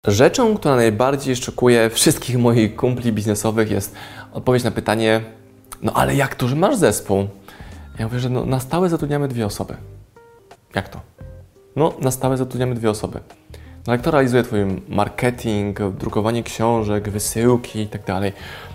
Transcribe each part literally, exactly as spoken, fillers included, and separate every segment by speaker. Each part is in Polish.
Speaker 1: Rzeczą, która najbardziej szokuje wszystkich moich kumpli biznesowych, jest odpowiedź na pytanie: no ale jak to, że masz zespół? Ja mówię, że no, na stałe zatrudniamy dwie osoby. Jak to? No, na stałe zatrudniamy dwie osoby. No ale kto realizuje Twój marketing, drukowanie książek, wysyłki i tak dalej?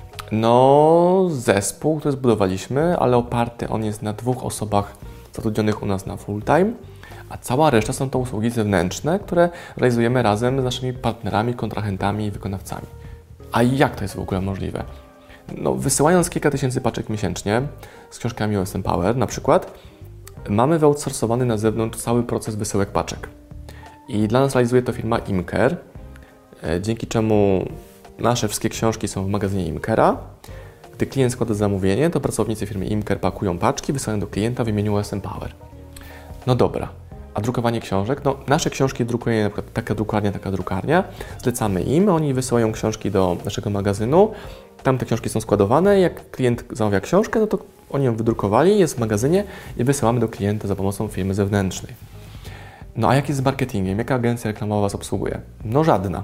Speaker 1: No, zespół, który zbudowaliśmy, ale oparty on jest na dwóch osobach zatrudnionych u nas na full time, a cała reszta są to usługi zewnętrzne, które realizujemy razem z naszymi partnerami, kontrahentami i wykonawcami. A jak to jest w ogóle możliwe? No, wysyłając kilka tysięcy paczek miesięcznie z książkami O S M Power na przykład, mamy wyoutsourcowany na zewnątrz cały proces wysyłek paczek. I dla nas realizuje to firma Imker, dzięki czemu nasze wszystkie książki są w magazynie Imkera. Gdy klient składa zamówienie, to pracownicy firmy Imker pakują paczki, wysyłają do klienta w imieniu O S M Power. No dobra, a drukowanie książek? No, nasze książki drukuje na przykład taka drukarnia, taka drukarnia. Zlecamy im, oni wysyłają książki do naszego magazynu. Tam te książki są składowane. Jak klient zamawia książkę, no to oni ją wydrukowali, jest w magazynie i wysyłamy do klienta za pomocą firmy zewnętrznej. No a jak jest z marketingiem? Jaka agencja reklamowa Was obsługuje? No żadna.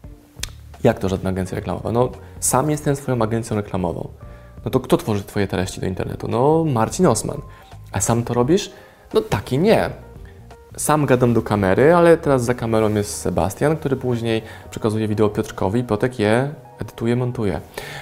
Speaker 1: Jak to żadna agencja reklamowa? No sam jestem swoją agencją reklamową. No to kto tworzy Twoje treści do internetu? No Marcin Osman. A sam to robisz? No taki nie. Sam gadam do kamery, ale teraz za kamerą jest Sebastian, który później przekazuje wideo Piotrkowi i Piotrek je edytuje, montuje.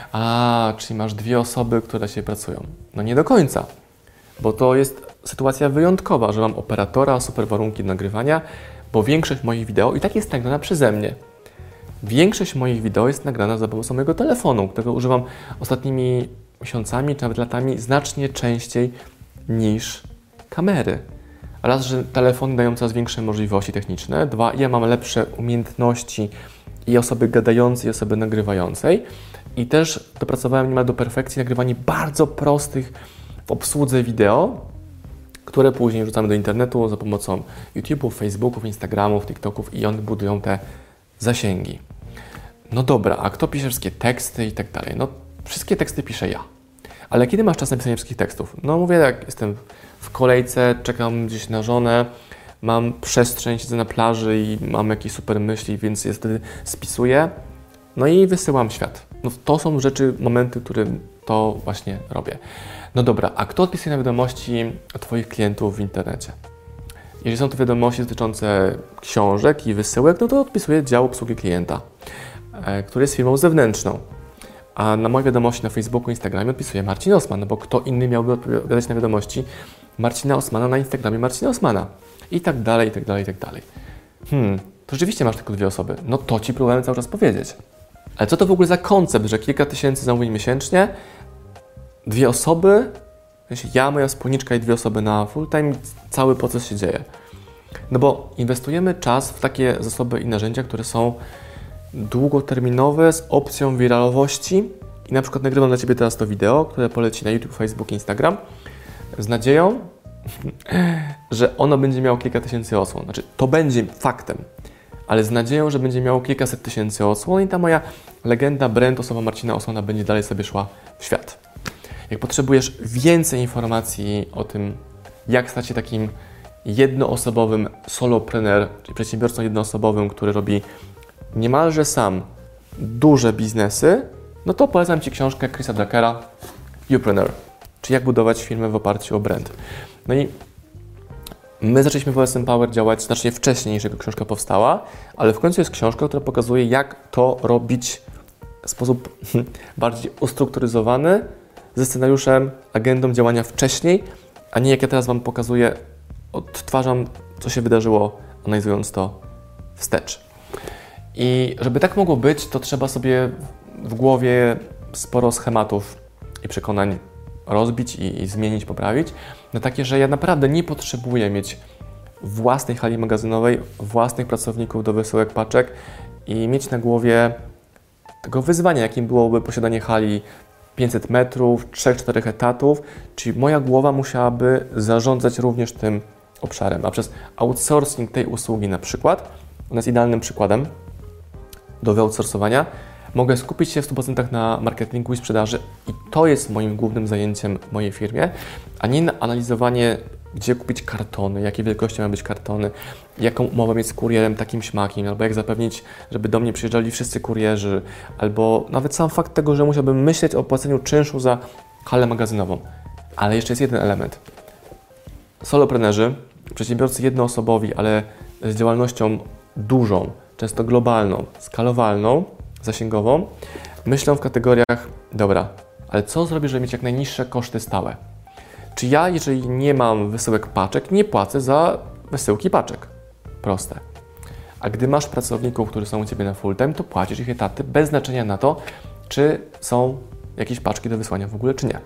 Speaker 1: A, czyli masz dwie osoby, które się pracują. No nie do końca, bo to jest sytuacja wyjątkowa, że mam operatora, super warunki do nagrywania, bo większość moich wideo i tak jest nagrana przeze mnie. Większość moich wideo jest nagrana za pomocą mojego telefonu, którego używam ostatnimi miesiącami, czy nawet latami znacznie częściej niż kamery. Raz, że telefony dają coraz większe możliwości techniczne. Dwa, ja mam lepsze umiejętności i osoby gadającej, i osoby nagrywającej. I też dopracowałem niemal do perfekcji nagrywanie bardzo prostych w obsłudze wideo, które później wrzucamy do internetu za pomocą YouTube'ów, Facebooków, Instagramów, TikToków i one budują te zasięgi. No dobra, a kto pisze wszystkie teksty i tak dalej? No wszystkie teksty piszę ja. Ale kiedy masz czas na pisanie wszystkich tekstów? No mówię, jak jestem w kolejce, czekam gdzieś na żonę, mam przestrzeń, siedzę na plaży i mam jakieś super myśli, więc je wtedy spisuję, no i wysyłam w świat. No to są rzeczy, momenty, w którym to właśnie robię. No dobra, a kto odpisuje na wiadomości Twoich klientów w internecie? Jeżeli są to wiadomości dotyczące książek i wysyłek, no to odpisuje dział obsługi klienta, który jest firmą zewnętrzną. A na moje wiadomości na Facebooku, Instagramie odpisuje Marcin Osman, no bo kto inny miałby odpowiadać na wiadomości Marcina Osmana na Instagramie Marcina Osmana. I tak dalej, i tak dalej, i tak dalej. Hmm, to rzeczywiście masz tylko dwie osoby. No to Ci próbowałem cały czas powiedzieć. Ale co to w ogóle za koncept, że kilka tysięcy zamówień miesięcznie, dwie osoby, ja, moja wspólniczka i dwie osoby na full time, cały proces się dzieje. No bo inwestujemy czas w takie zasoby i narzędzia, które są długoterminowe z opcją wiralowości i na przykład nagrywam dla Ciebie teraz to wideo, które poleci na YouTube, Facebook, Instagram z nadzieją, że ono będzie miało kilka tysięcy odsłon. Znaczy, to będzie faktem, ale z nadzieją, że będzie miało kilkaset tysięcy odsłon i ta moja legenda, brand, osoba Marcina Osmana będzie dalej sobie szła w świat. Jak potrzebujesz więcej informacji o tym, jak stać się takim jednoosobowym solopreneur, czyli przedsiębiorcą jednoosobowym, który robi niemalże sam duże biznesy, no to polecam Ci książkę Chrisa Druckera Youpreneur, czyli jak budować firmę w oparciu o brand. No i my zaczęliśmy w O S M Power działać znacznie wcześniej, niż jego książka powstała, ale w końcu jest książka, która pokazuje, jak to robić w sposób bardziej ustrukturyzowany, ze scenariuszem, agendą działania wcześniej, a nie jak ja teraz Wam pokazuję, odtwarzam, co się wydarzyło, analizując to wstecz. I żeby tak mogło być, to trzeba sobie w głowie sporo schematów i przekonań rozbić i, i zmienić, poprawić, na takie, że ja naprawdę nie potrzebuję mieć własnej hali magazynowej, własnych pracowników do wysyłek paczek i mieć na głowie tego wyzwania, jakim byłoby posiadanie hali pięćset metrów, trzy cztery etatów, czyli moja głowa musiałaby zarządzać również tym obszarem, a przez outsourcing tej usługi na przykład, ona jest idealnym przykładem do wyoutsourcowania, mogę skupić się w stu procentach na marketingu i sprzedaży i to jest moim głównym zajęciem w mojej firmie, a nie na analizowanie gdzie kupić kartony, jakiej wielkości mają być kartony, jaką umowę mieć z kurierem takim śmakiem, albo jak zapewnić, żeby do mnie przyjeżdżali wszyscy kurierzy, albo nawet sam fakt tego, że musiałbym myśleć o płaceniu czynszu za halę magazynową. Ale jeszcze jest jeden element. Soloprenerzy, przedsiębiorcy jednoosobowi, ale z działalnością dużą, często globalną, skalowalną, zasięgową, myślą w kategoriach, dobra, ale co zrobić, żeby mieć jak najniższe koszty stałe? Czy ja, jeżeli nie mam wysyłek paczek, nie płacę za wysyłki paczek? Proste. A gdy masz pracowników, którzy są u Ciebie na full time, to płacisz ich etaty bez znaczenia na to, czy są jakieś paczki do wysłania w ogóle, czy nie.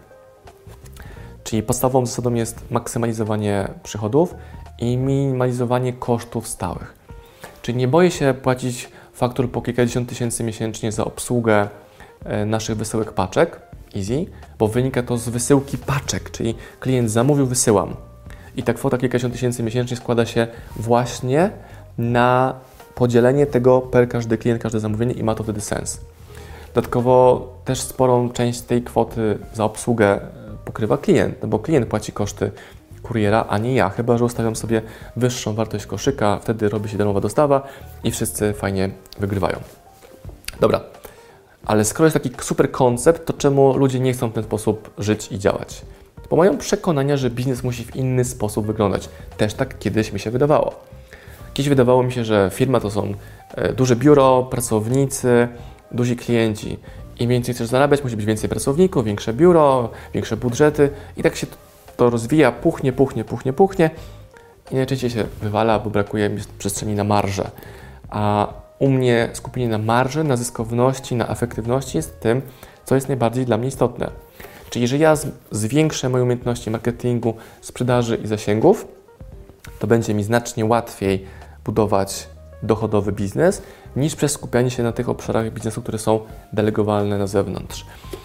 Speaker 1: Czyli podstawową zasadą jest maksymalizowanie przychodów i minimalizowanie kosztów stałych. Czyli nie boję się płacić faktur po kilkadziesiąt tysięcy miesięcznie za obsługę naszych wysyłek paczek, easy, bo wynika to z wysyłki paczek, czyli klient zamówił, wysyłam. I ta kwota kilkadziesiąt tysięcy miesięcznie składa się właśnie na podzielenie tego per każdy klient, każde zamówienie i ma to wtedy sens. Dodatkowo też sporą część tej kwoty za obsługę pokrywa klient, no bo klient płaci koszty kuriera, a nie ja, chyba że ustawiam sobie wyższą wartość koszyka, wtedy robi się darmowa dostawa i wszyscy fajnie wygrywają. Dobra, ale skoro jest taki super koncept, to czemu ludzie nie chcą w ten sposób żyć i działać? Bo mają przekonania, że biznes musi w inny sposób wyglądać. Też tak kiedyś mi się wydawało. Kiedyś wydawało mi się, że firma to są duże biuro, pracownicy, duzi klienci. Im więcej chcesz zarabiać, musi być więcej pracowników, większe biuro, większe budżety i tak się to rozwija, puchnie, puchnie, puchnie, puchnie i najczęściej się wywala, bo brakuje mi przestrzeni na marżę. A u mnie skupienie na marży, na zyskowności, na efektywności jest tym, co jest najbardziej dla mnie istotne. Czyli jeżeli ja zwiększę moje umiejętności marketingu, sprzedaży i zasięgów, to będzie mi znacznie łatwiej budować dochodowy biznes, niż przez skupianie się na tych obszarach biznesu, które są delegowalne na zewnątrz.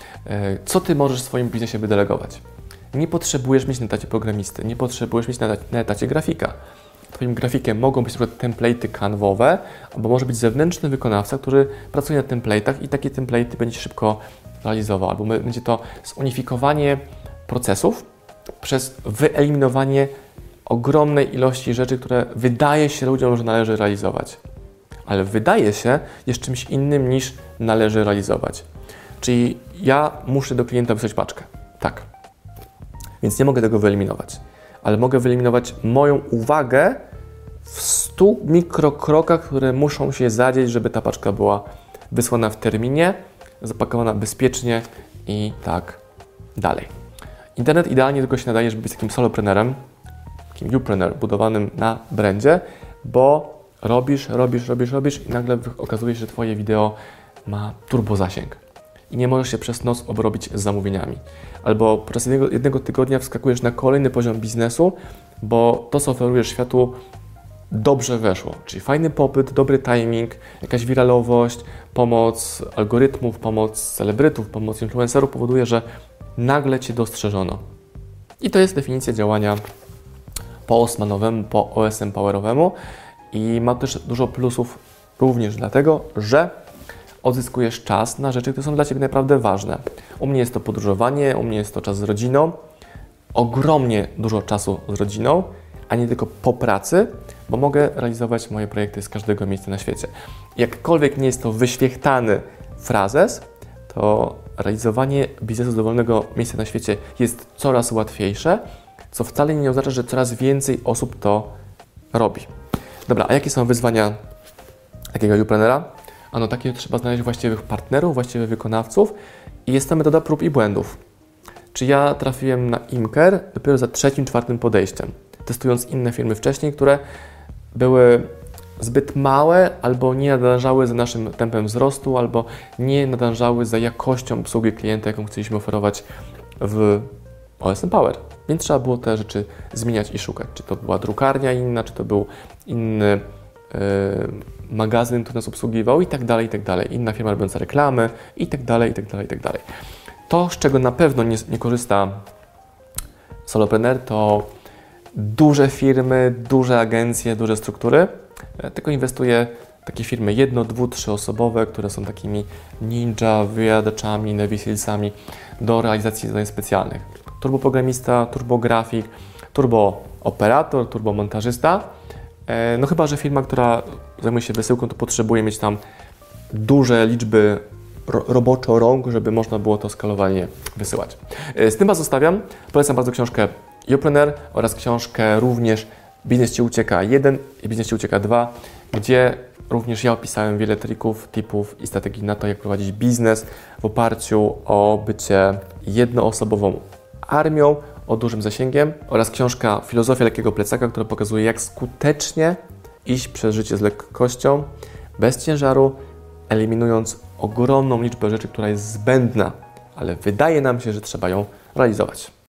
Speaker 1: Co Ty możesz w swoim biznesie wydelegować? Nie potrzebujesz mieć na etacie programisty, nie potrzebujesz mieć na, na etacie grafika. Twoim grafikiem mogą być na przykład template'y kanwowe, albo może być zewnętrzny wykonawca, który pracuje na template'ach i takie template'y będzie szybko realizował, albo będzie to zunifikowanie procesów przez wyeliminowanie ogromnej ilości rzeczy, które wydaje się ludziom, że należy realizować. Ale wydaje się jest czymś innym niż należy realizować. Czyli ja muszę do klienta wysłać paczkę. Tak. Więc nie mogę tego wyeliminować. Ale mogę wyeliminować moją uwagę w stu mikrokrokach, które muszą się zadzieć, żeby ta paczka była wysłana w terminie, zapakowana bezpiecznie i tak dalej. Internet idealnie tylko się nadaje, żeby być takim solopreneurem, takim youpreneur budowanym na brandzie, bo robisz, robisz, robisz, robisz i nagle okazuje się, że Twoje wideo ma turbo zasięg i nie możesz się przez noc obrobić z zamówieniami. Albo podczas jednego, jednego tygodnia wskakujesz na kolejny poziom biznesu, bo to, co oferujesz światu, dobrze weszło. Czyli fajny popyt, dobry timing, jakaś wiralowość, pomoc algorytmów, pomoc celebrytów, pomoc influencerów powoduje, że nagle Cię dostrzeżono. I to jest definicja działania po Osmanowemu, po O S M Powerowemu i ma też dużo plusów również dlatego, że odzyskujesz czas na rzeczy, które są dla Ciebie naprawdę ważne. U mnie jest to podróżowanie, u mnie jest to czas z rodziną, ogromnie dużo czasu z rodziną, a nie tylko po pracy, bo mogę realizować moje projekty z każdego miejsca na świecie. Jakkolwiek nie jest to wyświechtany frazes, to realizowanie biznesu z dowolnego miejsca na świecie jest coraz łatwiejsze, co wcale nie oznacza, że coraz więcej osób to robi. Dobra, a jakie są wyzwania takiego youprenera? Ano takie trzeba znaleźć właściwych partnerów, właściwych wykonawców i jest to metoda prób i błędów. Czy ja trafiłem na Imker dopiero za trzecim, czwartym podejściem, testując inne firmy wcześniej, które były zbyt małe albo nie nadążały za naszym tempem wzrostu, albo nie nadążały za jakością obsługi klienta, jaką chcieliśmy oferować w O S M Power. Więc trzeba było te rzeczy zmieniać i szukać. Czy to była drukarnia inna, czy to był inny yy, magazyn, który nas obsługiwał i tak dalej, i tak dalej. Inna firma robiąca reklamy i tak dalej, i tak dalej, i tak dalej. To, z czego na pewno nie, nie korzysta solopreneur, to duże firmy, duże agencje, duże struktury, tylko inwestuje w takie firmy jedno, dwu, trzyosobowe, które są takimi ninja, wyjadaczami, Navy Sealsami do realizacji zadań specjalnych. Turboprogramista, turbografik, turbo operator, turbomontażysta. E, no chyba że firma, która zajmuje się wysyłką, to potrzebuje mieć tam duże liczby ro, roboczo rąk, żeby można było to skalowanie wysyłać. E, z tym Was zostawiam. Polecam bardzo książkę Youpreneur oraz książkę również Biznes Ci ucieka jeden i Biznes Ci ucieka dwa, gdzie również ja opisałem wiele trików, tipów i strategii na to, jak prowadzić biznes w oparciu o bycie jednoosobową armią o dużym zasięgiem, oraz książka Filozofia lekkiego plecaka, która pokazuje, jak skutecznie iść przez życie z lekkością, bez ciężaru, eliminując ogromną liczbę rzeczy, która jest zbędna, ale wydaje nam się, że trzeba ją realizować.